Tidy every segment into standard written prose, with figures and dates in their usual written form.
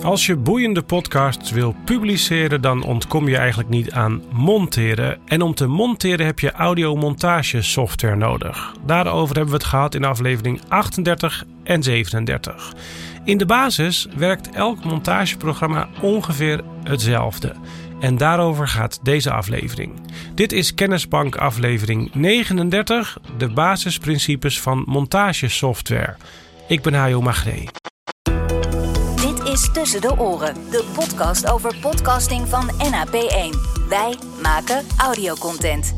Als je boeiende podcasts wil publiceren, dan ontkom je eigenlijk niet aan monteren. En om te monteren heb je audiomontagesoftware nodig. Daarover hebben we het gehad in aflevering 38 en 37. In de basis werkt elk montageprogramma ongeveer hetzelfde. En daarover gaat deze aflevering. Dit is Kennisbank aflevering 39, de basisprincipes van montagesoftware. Ik ben Hajo Magree. Dit is Tussen de Oren, de podcast over podcasting van NAP1. Wij maken audiocontent.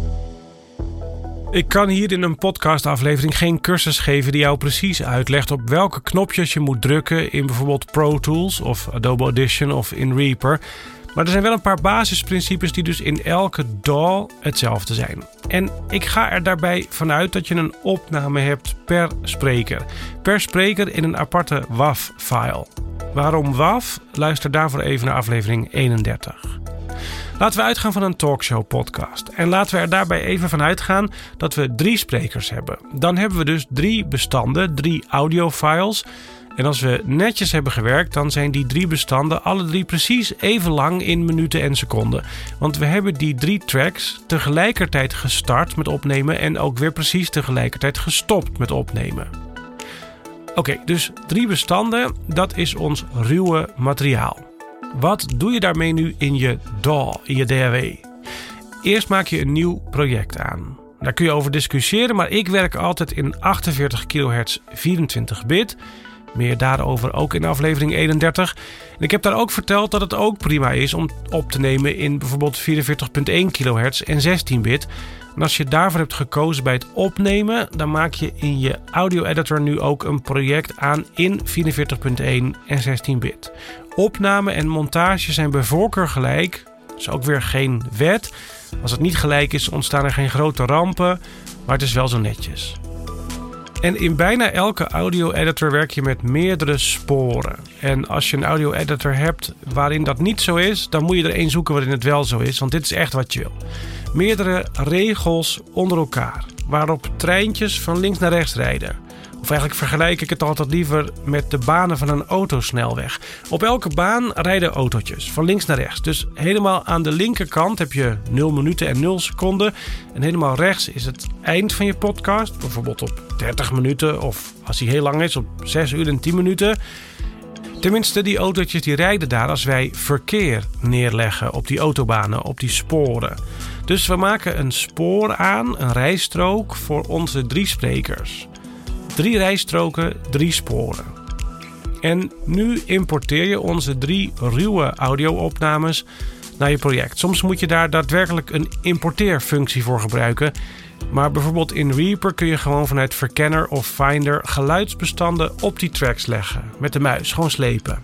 Ik kan hier in een podcastaflevering geen cursus geven die jou precies uitlegt op welke knopjes je moet drukken in bijvoorbeeld Pro Tools of Adobe Audition of in Reaper. Maar er zijn wel een paar basisprincipes die dus in elke DAW hetzelfde zijn. En ik ga er daarbij vanuit dat je een opname hebt per spreker. Per spreker in een aparte WAV-file. Waarom WAV? Luister daarvoor even naar aflevering 31. Laten we uitgaan van een talkshow-podcast. En laten we er daarbij even van uitgaan dat we 3 sprekers hebben. Dan hebben we dus 3 bestanden, 3 audiofiles. En als we netjes hebben gewerkt, dan zijn die 3 bestanden alle 3 precies even lang in minuten en seconden. Want we hebben die 3 tracks tegelijkertijd gestart met opnemen en ook weer precies tegelijkertijd gestopt met opnemen. Oké, dus 3 bestanden, dat is ons ruwe materiaal. Wat doe je daarmee nu in je DAW, in je DAW? Eerst maak je een nieuw project aan. Daar kun je over discussiëren, maar ik werk altijd in 48 kHz 24 bit. Meer daarover ook in aflevering 31. En ik heb daar ook verteld dat het ook prima is om op te nemen in bijvoorbeeld 44.1 kHz en 16 bit. En als je daarvoor hebt gekozen bij het opnemen, dan maak je in je audio editor nu ook een project aan in 44.1 en 16 bit. Opname en montage zijn bij voorkeur gelijk. Dat is ook weer geen wet. Als het niet gelijk is, ontstaan er geen grote rampen, maar het is wel zo netjes. En in bijna elke audio-editor werk je met meerdere sporen. En als je een audio-editor hebt waarin dat niet zo is, dan moet je er één zoeken waarin het wel zo is, want dit is echt wat je wil. Meerdere regels onder elkaar, waarop treintjes van links naar rechts rijden. Of eigenlijk vergelijk ik het altijd liever met de banen van een autosnelweg. Op elke baan rijden autootjes, van links naar rechts. Dus helemaal aan de linkerkant heb je 0 minuten en 0 seconden. En helemaal rechts is het eind van je podcast. Bijvoorbeeld op 30 minuten of als die heel lang is op 6 uur en 10 minuten. Tenminste, die autootjes die rijden daar als wij verkeer neerleggen op die autobanen, op die sporen. Dus we maken een spoor aan, een rijstrook voor onze 3 sprekers. 3 rijstroken, 3 sporen. En nu importeer je onze 3 ruwe audio-opnames naar je project. Soms moet je daar daadwerkelijk een importeerfunctie voor gebruiken. Maar bijvoorbeeld in Reaper kun je gewoon vanuit Verkenner of Finder geluidsbestanden op die tracks leggen. Met de muis, gewoon slepen.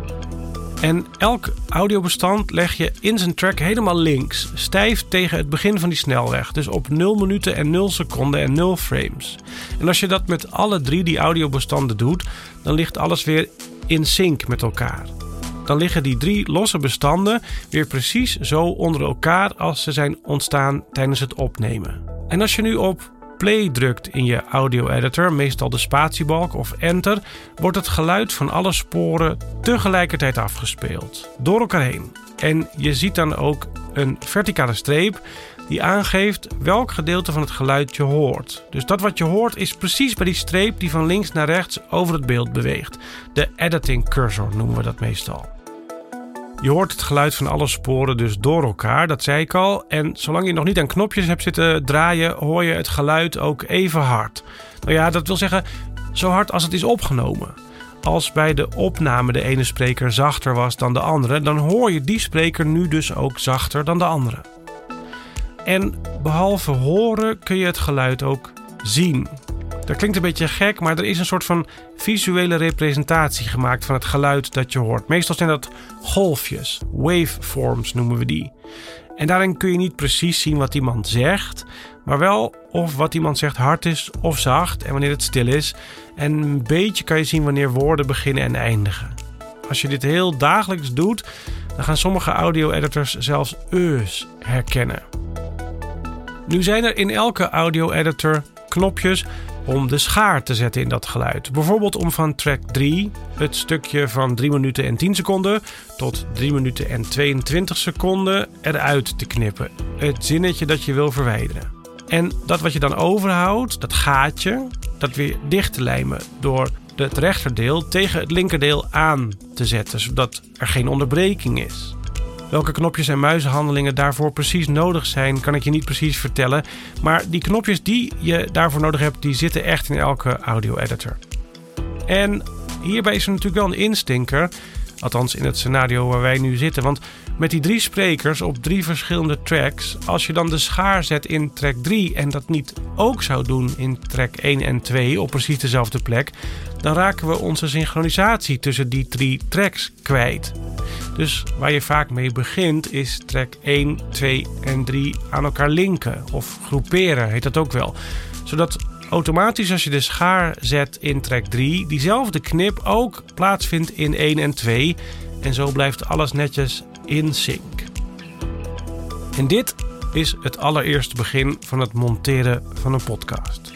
En elk audiobestand leg je in zijn track helemaal links, stijf tegen het begin van die snelweg. Dus op 0 minuten en 0 seconden en 0 frames. En als je dat met alle 3 die audiobestanden doet, dan ligt alles weer in sync met elkaar. Dan liggen die 3 losse bestanden weer precies zo onder elkaar als ze zijn ontstaan tijdens het opnemen. En als je nu op play drukt in je audio-editor, meestal de spatiebalk of enter, wordt het geluid van alle sporen tegelijkertijd afgespeeld. Door elkaar heen. En je ziet dan ook een verticale streep die aangeeft welk gedeelte van het geluid je hoort. Dus dat wat je hoort is precies bij die streep die van links naar rechts over het beeld beweegt. De editing cursor noemen we dat meestal. Je hoort het geluid van alle sporen dus door elkaar, dat zei ik al. En zolang je nog niet aan knopjes hebt zitten draaien, hoor je het geluid ook even hard. Nou ja, dat wil zeggen zo hard als het is opgenomen. Als bij de opname de ene spreker zachter was dan de andere, dan hoor je die spreker nu dus ook zachter dan de andere. En behalve horen kun je het geluid ook zien. Dat klinkt een beetje gek, maar er is een soort van visuele representatie gemaakt van het geluid dat je hoort. Meestal zijn dat golfjes, waveforms noemen we die. En daarin kun je niet precies zien wat iemand zegt, maar wel of wat iemand zegt hard is of zacht en wanneer het stil is. En een beetje kan je zien wanneer woorden beginnen en eindigen. Als je dit heel dagelijks doet, dan gaan sommige audio-editors zelfs e's herkennen. Nu zijn er in elke audio-editor knopjes om de schaar te zetten in dat geluid. Bijvoorbeeld om van track 3 het stukje van 3 minuten en 10 seconden tot 3 minuten en 22 seconden eruit te knippen. Het zinnetje dat je wil verwijderen. En dat wat je dan overhoudt, dat gaatje, dat weer dicht te lijmen door het rechterdeel tegen het linkerdeel aan te zetten, zodat er geen onderbreking is. Welke knopjes en muizenhandelingen daarvoor precies nodig zijn, kan ik je niet precies vertellen. Maar die knopjes die je daarvoor nodig hebt, die zitten echt in elke audio-editor. En hierbij is er natuurlijk wel een instinker, althans in het scenario waar wij nu zitten. Want met die 3 sprekers op 3 verschillende tracks, als je dan de schaar zet in track 3 en dat niet ook zou doen in track 1 en 2 op precies dezelfde plek, dan raken we onze synchronisatie tussen die 3 tracks kwijt. Dus waar je vaak mee begint is track 1, 2 en 3 aan elkaar linken of groeperen heet dat ook wel. Zodat automatisch als je de schaar zet in track 3 diezelfde knip ook plaatsvindt in 1 en 2 en zo blijft alles netjes in sync. En dit is het allereerste begin van het monteren van een podcast.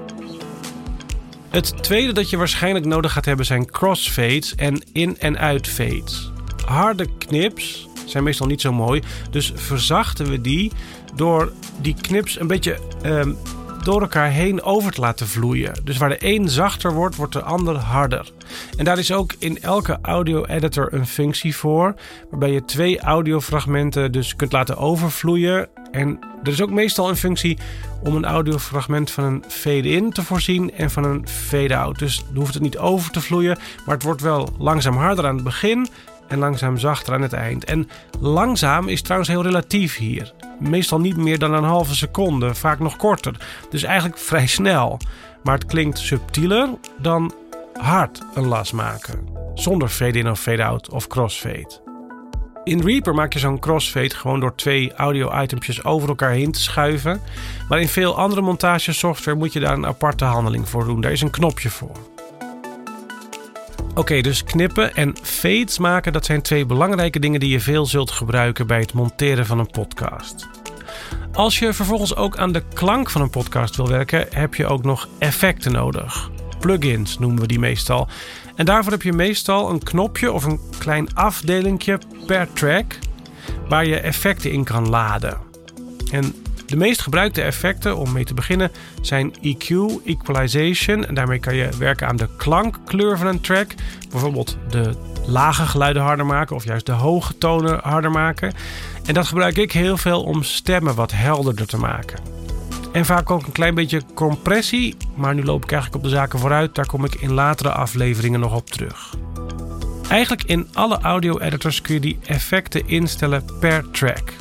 Het tweede dat je waarschijnlijk nodig gaat hebben zijn crossfades en in- en uitfades. Harde knips zijn meestal niet zo mooi, dus verzachten we die door die knips een beetje door elkaar heen over te laten vloeien. Dus waar de een zachter wordt, wordt de ander harder. En daar is ook in elke audio-editor een functie voor, waarbij je 2 audiofragmenten dus kunt laten overvloeien. En er is ook meestal een functie om een audiofragment van een fade-in te voorzien en van een fade-out. Dus dan hoeft het niet over te vloeien, maar het wordt wel langzaam harder aan het begin en langzaam zachter aan het eind. En langzaam is trouwens heel relatief hier. Meestal niet meer dan een halve seconde, vaak nog korter. Dus eigenlijk vrij snel. Maar het klinkt subtieler dan hard een las maken. Zonder fade-in of fade-out of crossfade. In Reaper maak je zo'n crossfade gewoon door 2 audio-itempjes over elkaar heen te schuiven. Maar in veel andere montagesoftware moet je daar een aparte handeling voor doen. Daar is een knopje voor. Oké, dus knippen en fades maken, dat zijn 2 belangrijke dingen die je veel zult gebruiken bij het monteren van een podcast. Als je vervolgens ook aan de klank van een podcast wil werken, heb je ook nog effecten nodig. Plugins noemen we die meestal. En daarvoor heb je meestal een knopje of een klein afdelingje per track waar je effecten in kan laden. En de meest gebruikte effecten, om mee te beginnen, zijn EQ, Equalization. En daarmee kan je werken aan de klankkleur van een track. Bijvoorbeeld de lage geluiden harder maken of juist de hoge tonen harder maken. En dat gebruik ik heel veel om stemmen wat helderder te maken. En vaak ook een klein beetje compressie, maar nu loop ik eigenlijk op de zaken vooruit. Daar kom ik in latere afleveringen nog op terug. Eigenlijk in alle audio-editors kun je die effecten instellen per track.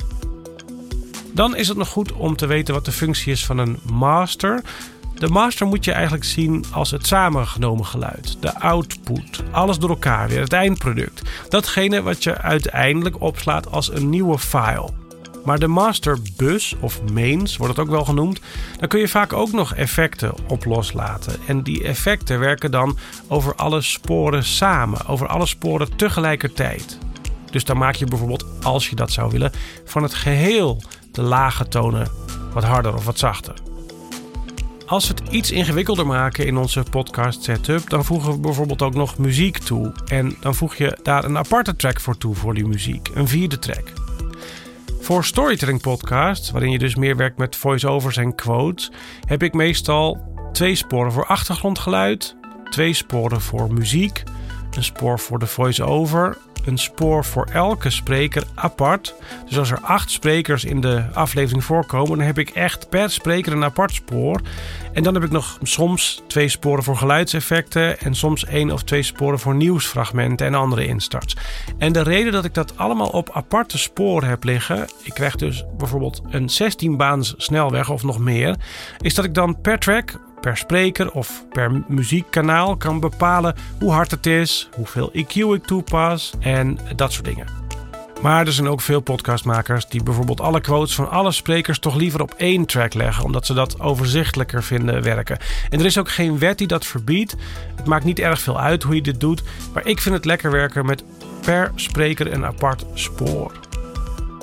Dan is het nog goed om te weten wat de functie is van een master. De master moet je eigenlijk zien als het samengenomen geluid, de output, alles door elkaar weer, het eindproduct. Datgene wat je uiteindelijk opslaat als een nieuwe file. Maar de masterbus, of mains wordt het ook wel genoemd, daar kun je vaak ook nog effecten op loslaten. En die effecten werken dan over alle sporen samen, over alle sporen tegelijkertijd. Dus dan maak je bijvoorbeeld, als je dat zou willen, van het geheel de lage tonen wat harder of wat zachter. Als we het iets ingewikkelder maken in onze podcast setup, dan voegen we bijvoorbeeld ook nog muziek toe. En dan voeg je daar een aparte track voor toe voor die muziek, een 4e track. Voor storytelling podcasts, waarin je dus meer werkt met voice-overs en quotes, heb ik meestal 2 sporen voor achtergrondgeluid, 2 sporen voor muziek, een spoor voor de voice-over, een spoor voor elke spreker apart. Dus als er 8 sprekers in de aflevering voorkomen, dan heb ik echt per spreker een apart spoor. En dan heb ik nog soms 2 sporen voor geluidseffecten en soms 1 of 2 sporen voor nieuwsfragmenten en andere instarts. En de reden dat ik dat allemaal op aparte sporen heb liggen, ik krijg dus bijvoorbeeld een 16-baans snelweg of nog meer, is dat ik dan per track, per spreker of per muziekkanaal kan bepalen hoe hard het is, hoeveel EQ ik toepas en dat soort dingen. Maar er zijn ook veel podcastmakers die bijvoorbeeld alle quotes van alle sprekers toch liever op 1 track leggen, omdat ze dat overzichtelijker vinden werken. En er is ook geen wet die dat verbiedt. Het maakt niet erg veel uit hoe je dit doet, maar ik vind het lekker werken met per spreker een apart spoor.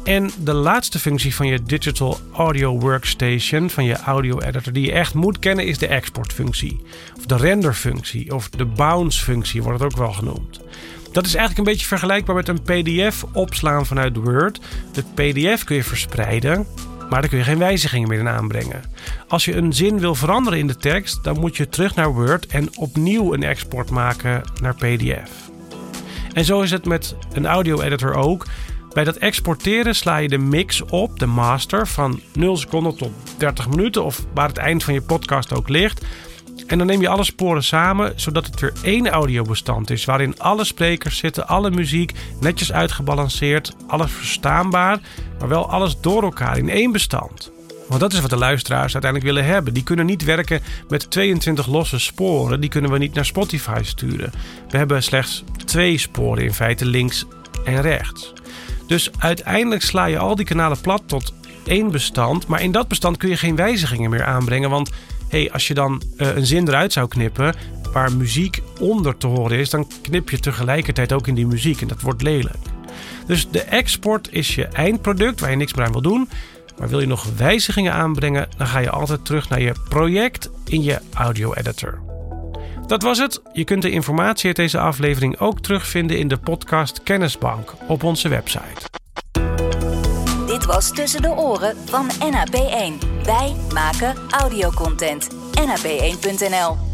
En de laatste functie van je Digital Audio Workstation, van je audio editor, die je echt moet kennen, is de exportfunctie. Of de renderfunctie, of de bounce-functie wordt het ook wel genoemd. Dat is eigenlijk een beetje vergelijkbaar met een pdf opslaan vanuit Word. De pdf kun je verspreiden, maar daar kun je geen wijzigingen meer in aanbrengen. Als je een zin wil veranderen in de tekst, dan moet je terug naar Word en opnieuw een export maken naar pdf. En zo is het met een audio editor ook. Bij dat exporteren sla je de mix op, de master, van 0 seconden tot 30 minuten of waar het eind van je podcast ook ligt. En dan neem je alle sporen samen, zodat het weer één audiobestand is, waarin alle sprekers zitten, alle muziek netjes uitgebalanceerd, alles verstaanbaar, maar wel alles door elkaar in één bestand. Want dat is wat de luisteraars uiteindelijk willen hebben. Die kunnen niet werken met 22 losse sporen, die kunnen we niet naar Spotify sturen. We hebben slechts 2 sporen in feite, links en rechts. Dus uiteindelijk sla je al die kanalen plat tot één bestand, maar in dat bestand kun je geen wijzigingen meer aanbrengen, want als je dan een zin eruit zou knippen waar muziek onder te horen is, dan knip je tegelijkertijd ook in die muziek en dat wordt lelijk. Dus de export is je eindproduct waar je niks meer aan wil doen. Maar wil je nog wijzigingen aanbrengen, dan ga je altijd terug naar je project in je audio editor. Dat was het. Je kunt de informatie uit deze aflevering ook terugvinden in de podcast Kennisbank op onze website. Dit was Tussen de Oren van NAP1. Wij maken audiocontent. NAP1.nl